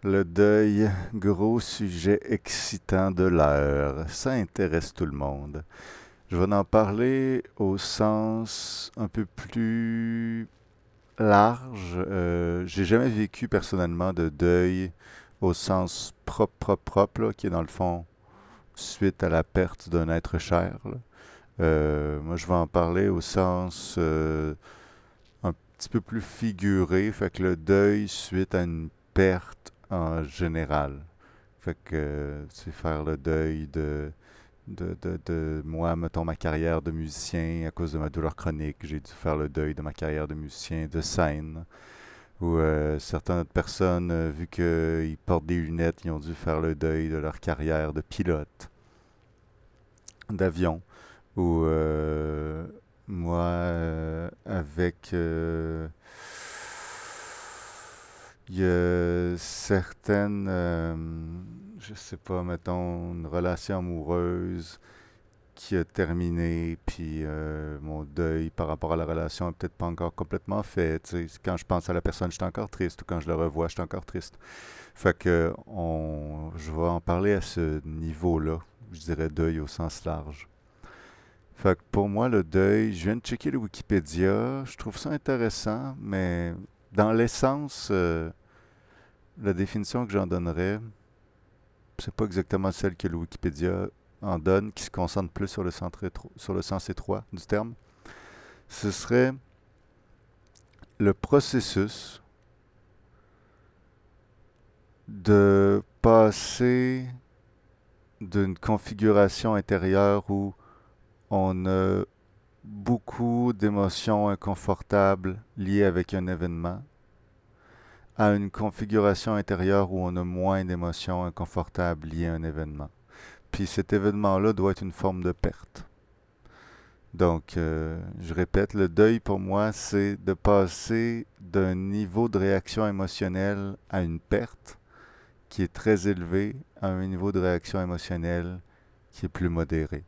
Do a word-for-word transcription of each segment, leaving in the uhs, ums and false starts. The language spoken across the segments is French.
Le deuil, gros sujet excitant de l'heure. Ça intéresse tout le monde. Je vais en parler au sens un peu plus large. Euh, j'ai jamais vécu personnellement de deuil au sens propre, propre, propre, là, qui est dans le fond suite à la perte d'un être cher, là. Euh, moi, je vais en parler au sens euh, un petit peu plus figuré, fait que le deuil suite à une perte en général. Fait que euh, c'est faire le deuil de, de, de, de moi, mettons ma carrière de musicien à cause de ma douleur chronique. J'ai dû faire le deuil de ma carrière de musicien de scène. Ou euh, certaines autres personnes, euh, vu qu'ils portent des lunettes, ils ont dû faire le deuil de leur carrière de pilote d'avion. Ou euh, moi, euh, avec... euh, il y a certaines, euh, je sais pas, mettons, une relation amoureuse qui a terminé, puis euh, mon deuil par rapport à la relation est peut-être pas encore complètement fait. Tu sais. Quand je pense à la personne, je suis encore triste, ou quand je le revois, je suis encore triste. Fait que on, je vais en parler à ce niveau-là, je dirais deuil au sens large. Fait que pour moi, le deuil, je viens de checker le Wikipédia, je trouve ça intéressant, mais dans l'essence, euh, la définition que j'en donnerais, c'est pas exactement celle que le Wikipédia en donne, qui se concentre plus sur le, centre étro- sur le sens étroit du terme. Ce serait le processus de passer d'une configuration intérieure où on a beaucoup d'émotions inconfortables liées avec un événement à une configuration intérieure où on a moins d'émotions inconfortables liées à un événement. Puis cet événement-là doit être une forme de perte. Donc, euh, je répète, le deuil pour moi, c'est de passer d'un niveau de réaction émotionnelle à une perte qui est très élevé à un niveau de réaction émotionnelle qui est plus modéré.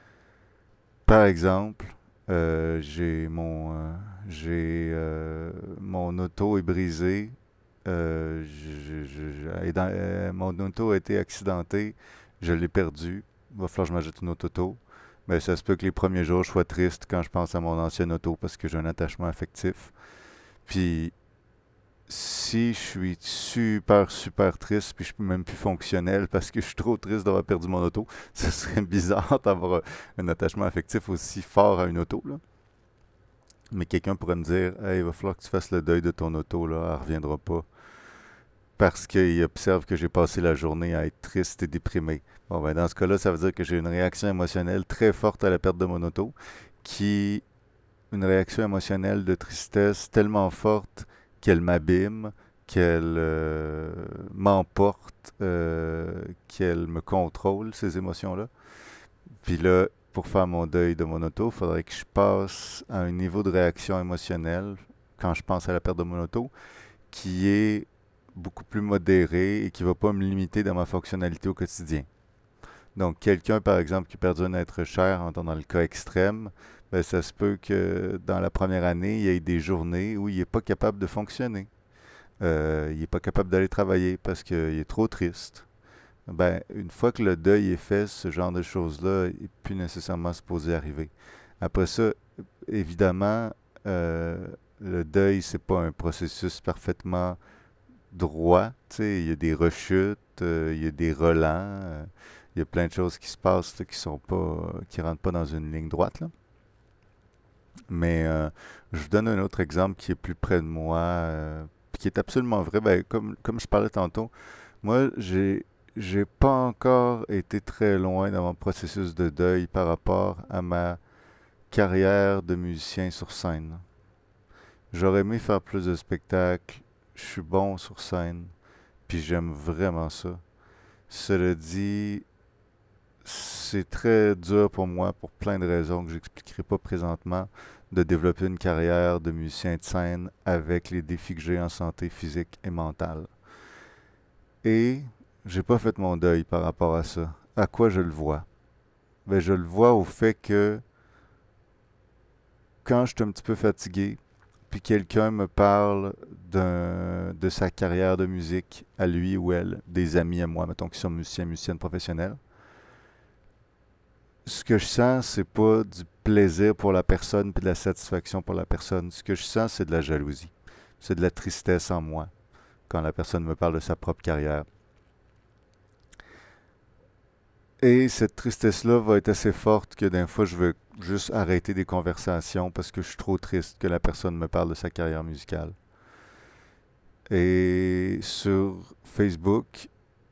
Par exemple, euh, j'ai mon, euh, j'ai, euh, mon auto est brisée. Euh, je- je- je- dans- euh, mon auto a été accidenté. Je l'ai perdu. Il va falloir que je m'achète une autre auto. Mais ça se peut que les premiers jours, je sois triste quand je pense à mon ancienne auto parce que j'ai un attachement affectif. Puis, si je suis super, super triste, puis je suis même plus fonctionnel parce que je suis trop triste d'avoir perdu mon auto, ce serait bizarre d'avoir un attachement affectif aussi fort à une auto, là. Mais quelqu'un pourrait me dire, hey, il va falloir que tu fasses le deuil de ton auto, là, elle reviendra pas. Parce qu'il observe que j'ai passé la journée à être triste et déprimé. Bon, ben dans ce cas-là, ça veut dire que j'ai une réaction émotionnelle très forte à la perte de mon auto, qui une réaction émotionnelle de tristesse tellement forte qu'elle m'abîme, qu'elle euh, m'emporte, euh, qu'elle me contrôle, ces émotions-là. Puis là, pour faire mon deuil de mon auto, il faudrait que je passe à un niveau de réaction émotionnelle quand je pense à la perte de mon auto qui est beaucoup plus modéré et qui ne va pas me limiter dans ma fonctionnalité au quotidien. Donc, quelqu'un, par exemple, qui a perdu un être cher, en dans le cas extrême, ben, ça se peut que dans la première année, il y ait des journées où il n'est pas capable de fonctionner. Euh, il n'est pas capable d'aller travailler parce qu'il est trop triste. Ben, une fois que le deuil est fait, ce genre de choses-là n'est plus nécessairement supposé arriver. Après ça, évidemment, euh, le deuil, c'est pas un processus parfaitement droit. Tu sais, il y a des rechutes, euh, il y a des relents, euh, il y a plein de choses qui se passent là, qui sont pas, qui rentrent pas dans une ligne droite là. Mais euh, je vous donne un autre exemple qui est plus près de moi, euh, puis qui est absolument vrai. Ben, comme, comme je parlais tantôt, moi, j'ai j'ai pas encore été très loin dans mon processus de deuil par rapport à ma carrière de musicien sur scène. J'aurais aimé faire plus de spectacles. Je suis bon sur scène, puis j'aime vraiment ça. Cela dit, c'est très dur pour moi, pour plein de raisons que j'expliquerai pas présentement, de développer une carrière de musicien de scène avec les défis que j'ai en santé physique et mentale. Et j'ai pas fait mon deuil par rapport à ça. À quoi je le vois? Ben, je le vois au fait que quand je suis un petit peu fatigué, puis quelqu'un me parle d'un, de sa carrière de musique à lui ou elle, des amis à moi, mettons qui sont musiciens, musiciennes professionnels, ce que je sens, c'est pas du plaisir pour la personne puis de la satisfaction pour la personne. Ce que je sens, c'est de la jalousie. C'est de la tristesse en moi quand la personne me parle de sa propre carrière. Et cette tristesse-là va être assez forte que d'un fois, je veux juste arrêter des conversations parce que je suis trop triste que la personne me parle de sa carrière musicale. Et sur Facebook,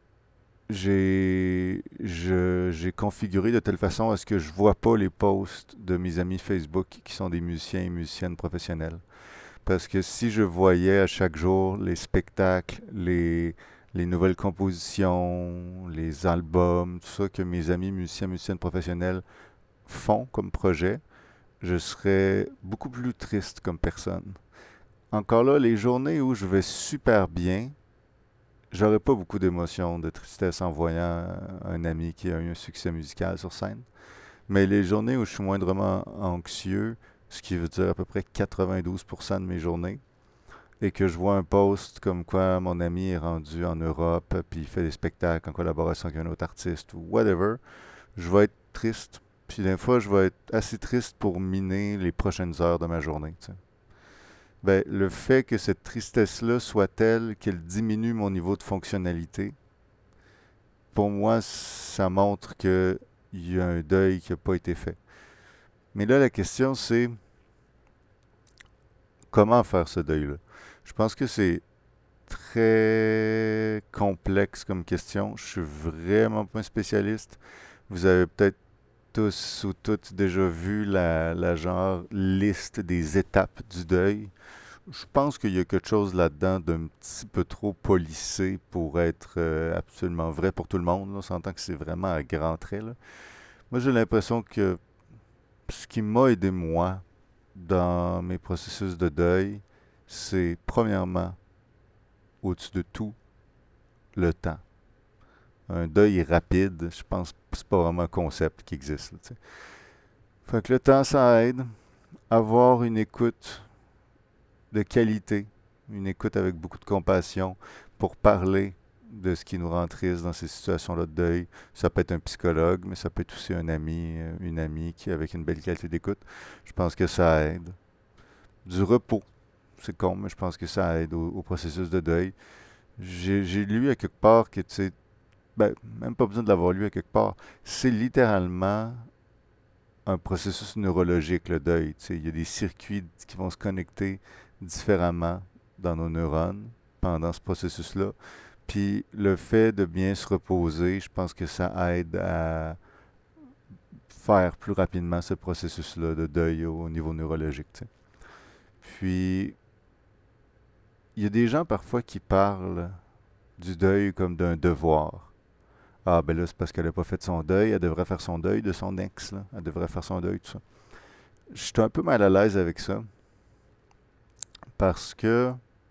j'ai je- j'ai configuré de telle façon à ce que je vois pas les posts de mes amis Facebook qui sont des musiciens et musiciennes professionnels. Parce que si je voyais à chaque jour les spectacles, les, les nouvelles compositions, les albums, tout ça que mes amis musiciens, musiciennes professionnels font comme projet, je serais beaucoup plus triste comme personne. Encore là, les journées où je vais super bien, j'aurais pas beaucoup d'émotions, de tristesse en voyant un ami qui a eu un succès musical sur scène. Mais les journées où je suis moindrement anxieux, ce qui veut dire à peu près quatre-vingt-douze pour cent de mes journées, et que je vois un post comme quoi mon ami est rendu en Europe, puis il fait des spectacles en collaboration avec un autre artiste ou whatever, je vais être triste. Puis des fois, je vais être assez triste pour miner les prochaines heures de ma journée. Tu sais. Ben, le fait que cette tristesse-là soit telle qu'elle diminue mon niveau de fonctionnalité, pour moi, ça montre qu'il y a un deuil qui n'a pas été fait. Mais là, la question, c'est comment faire ce deuil-là? Je pense que c'est très complexe comme question. Je suis vraiment pas un spécialiste. Vous avez peut-être tous ou toutes déjà vu la, la genre liste des étapes du deuil. Je pense qu'il y a quelque chose là-dedans d'un petit peu trop policé pour être euh, absolument vrai pour tout le monde. Là. On s'entend que c'est vraiment à grands traits. Là. Moi, j'ai l'impression que ce qui m'a aidé, moi, dans mes processus de deuil, c'est premièrement, au-dessus de tout, le temps. Un deuil rapide, je pense que c'est pas vraiment un concept qui existe. Là, tu sais. Fait que le temps, ça aide. Avoir une écoute de qualité, une écoute avec beaucoup de compassion pour parler de ce qui nous rend triste dans ces situations-là de deuil. Ça peut être un psychologue, mais ça peut être aussi un ami, euh, une amie qui avec une belle qualité d'écoute. Je pense que ça aide. Du repos, c'est con, mais je pense que ça aide au, au processus de deuil. J'ai j'ai lu à quelque part que, tu sais, ben, même pas besoin de l'avoir lu à quelque part, c'est littéralement un processus neurologique, le deuil. Tu sais, il y a des circuits qui vont se connecter différemment dans nos neurones pendant ce processus-là. Puis le fait de bien se reposer, je pense que ça aide à faire plus rapidement ce processus-là de deuil au niveau neurologique. Tu sais. Puis il y a des gens parfois qui parlent du deuil comme d'un devoir. Ah ben là, c'est parce qu'elle n'a pas fait son deuil, elle devrait faire son deuil de son ex, là. Elle devrait faire son deuil, tout ça. Je suis un peu mal à l'aise avec ça, parce que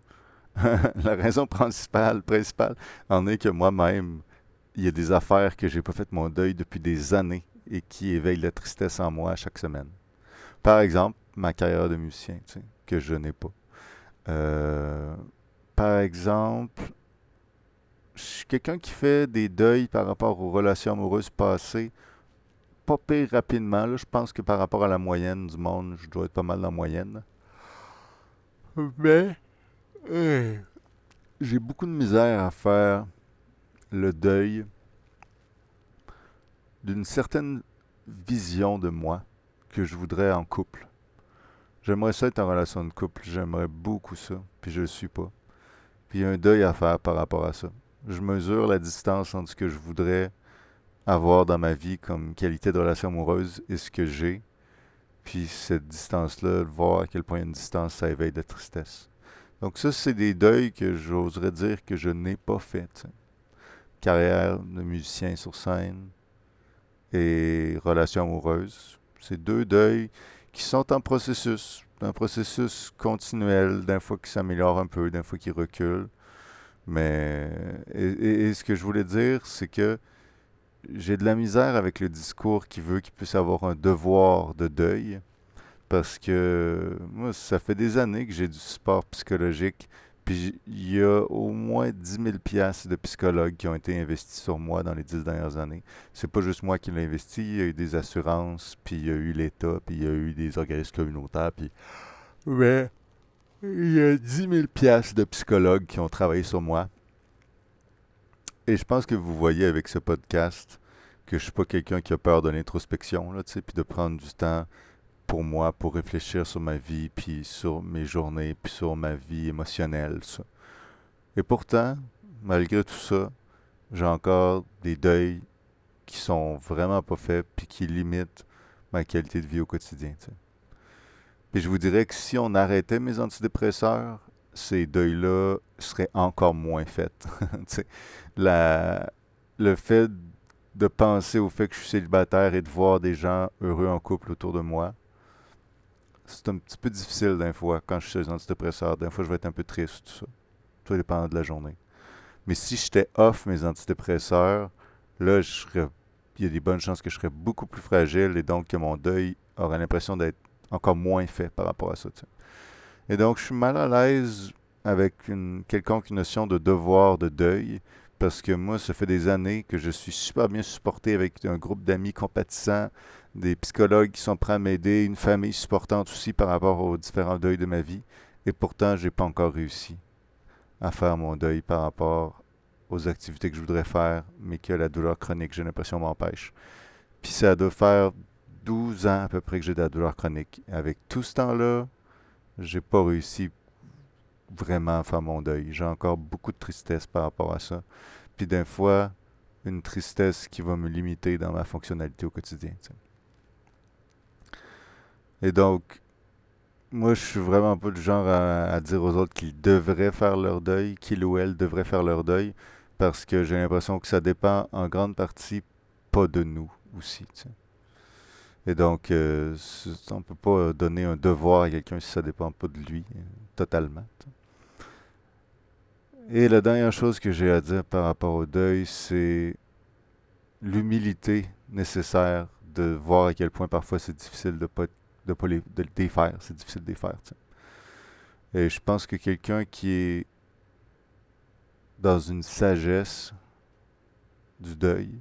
la raison principale, principale en est que moi-même, il y a des affaires que j'ai pas fait mon deuil depuis des années et qui éveillent la tristesse en moi chaque semaine. Par exemple, ma carrière de musicien, tu sais, que je n'ai pas. Euh, par exemple, je suis quelqu'un qui fait des deuils par rapport aux relations amoureuses passées, pas pire rapidement. Là, je pense que par rapport à la moyenne du monde, je dois être pas mal dans la moyenne. Mais euh, j'ai beaucoup de misère à faire le deuil d'une certaine vision de moi que je voudrais en couple. J'aimerais ça être en relation de couple, j'aimerais beaucoup ça, puis je le suis pas. Puis il y a un deuil à faire par rapport à ça. Je mesure la distance entre ce que je voudrais avoir dans ma vie comme qualité de relation amoureuse et ce que j'ai. Puis cette distance-là, voir à quel point il y a une distance, ça éveille de tristesse. Donc ça, c'est des deuils que j'oserais dire que je n'ai pas fait. T'sais. Carrière de musicien sur scène et relation amoureuse. C'est deux deuils qui sont en processus, un processus continuel, d'un fois qui s'améliore un peu, d'un fois qui recule. Mais et, et- et ce que je voulais dire, c'est que j'ai de la misère avec le discours qui veut qu'il puisse avoir un devoir de deuil, Parce que moi, ça fait des années que j'ai du support psychologique. Puis il y a au moins dix mille piastres de psychologues qui ont été investis sur moi dans les dix dernières années. C'est pas juste moi qui l'ai investi, il y a eu des assurances, puis il y a eu l'État, puis il y a eu des organismes communautaires, puis... Mais il y a dix mille piastres de psychologues qui ont travaillé sur moi. Et je pense que vous voyez avec ce podcast que je suis pas quelqu'un qui a peur de l'introspection, là, tu sais, puis de prendre du temps pour moi, pour réfléchir sur ma vie, puis sur mes journées, puis sur ma vie émotionnelle, ça. Et pourtant, malgré tout ça, j'ai encore des deuils qui sont vraiment pas faits, puis qui limitent ma qualité de vie au quotidien, tu sais. Puis je vous dirais que si on arrêtait mes antidépresseurs, ces deuils-là seraient encore moins faits. Tu sais, la, le fait de penser au fait que je suis célibataire et de voir des gens heureux en couple autour de moi, c'est un petit peu difficile d'un fois quand je suis sur les antidépresseurs. D'un fois, je vais être un peu triste, tout ça. Tout dépend de la journée. Mais si j'étais off mes antidépresseurs, là, je serais, il y a des bonnes chances que je serais beaucoup plus fragile et donc que mon deuil aurait l'impression d'être encore moins fait par rapport à ça. Tu sais. Et donc, je suis mal à l'aise avec une quelconque notion de devoir de deuil parce que moi, ça fait des années que je suis super bien supporté avec un groupe d'amis compatissants, des psychologues qui sont prêts à m'aider, une famille supportante aussi par rapport aux différents deuils de ma vie. Et pourtant, j'ai pas encore réussi à faire mon deuil par rapport aux activités que je voudrais faire, mais que la douleur chronique, j'ai l'impression, m'empêche. Puis ça doit faire douze ans à peu près que j'ai de la douleur chronique. Avec tout ce temps-là, j'ai pas réussi vraiment à faire mon deuil. J'ai encore beaucoup de tristesse par rapport à ça. Puis d'un fois, une tristesse qui va me limiter dans ma fonctionnalité au quotidien. Tu sais. Et donc, moi, je suis vraiment pas du genre à, à dire aux autres qu'ils devraient faire leur deuil, qu'ils ou elles devraient faire leur deuil, parce que j'ai l'impression que ça dépend en grande partie pas de nous aussi. Tu sais. Et donc, euh, c'est- on peut pas donner un devoir à quelqu'un si ça dépend pas de lui, euh, totalement. Tu sais. Et la dernière chose que j'ai à dire par rapport au deuil, c'est l'humilité nécessaire de voir à quel point parfois c'est difficile de pas de pas les, de le défaire, c'est difficile de les faire. Tu sais. Et je pense que quelqu'un qui est dans une sagesse du deuil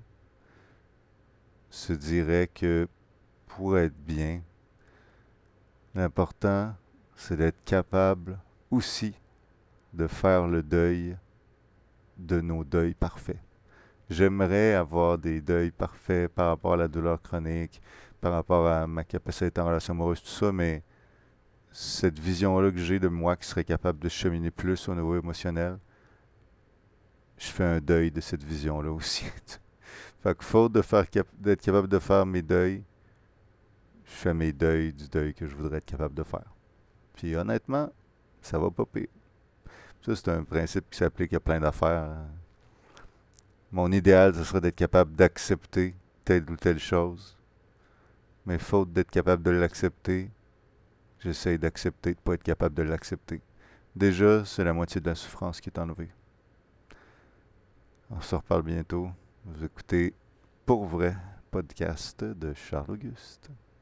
se dirait que pour être bien, l'important c'est d'être capable aussi de faire le deuil de nos deuils parfaits. J'aimerais avoir des deuils parfaits par rapport à la douleur chronique, par rapport à ma capacité d'être en relation amoureuse, tout ça, mais cette vision-là que j'ai de moi qui serait capable de cheminer plus au niveau émotionnel, je fais un deuil de cette vision-là aussi. Fait que faute de faire cap- d'être capable de faire mes deuils, je fais mes deuils du deuil que je voudrais être capable de faire. Puis honnêtement, ça va pas pire. Ça, c'est un principe qui s'applique à plein d'affaires. Hein. Mon idéal, ce serait d'être capable d'accepter telle ou telle chose. Mais faute d'être capable de l'accepter, j'essaye d'accepter de ne pas être capable de l'accepter. Déjà, c'est la moitié de la souffrance qui est enlevée. On se reparle bientôt. Vous écoutez Pour vrai, podcast de Charles Auguste.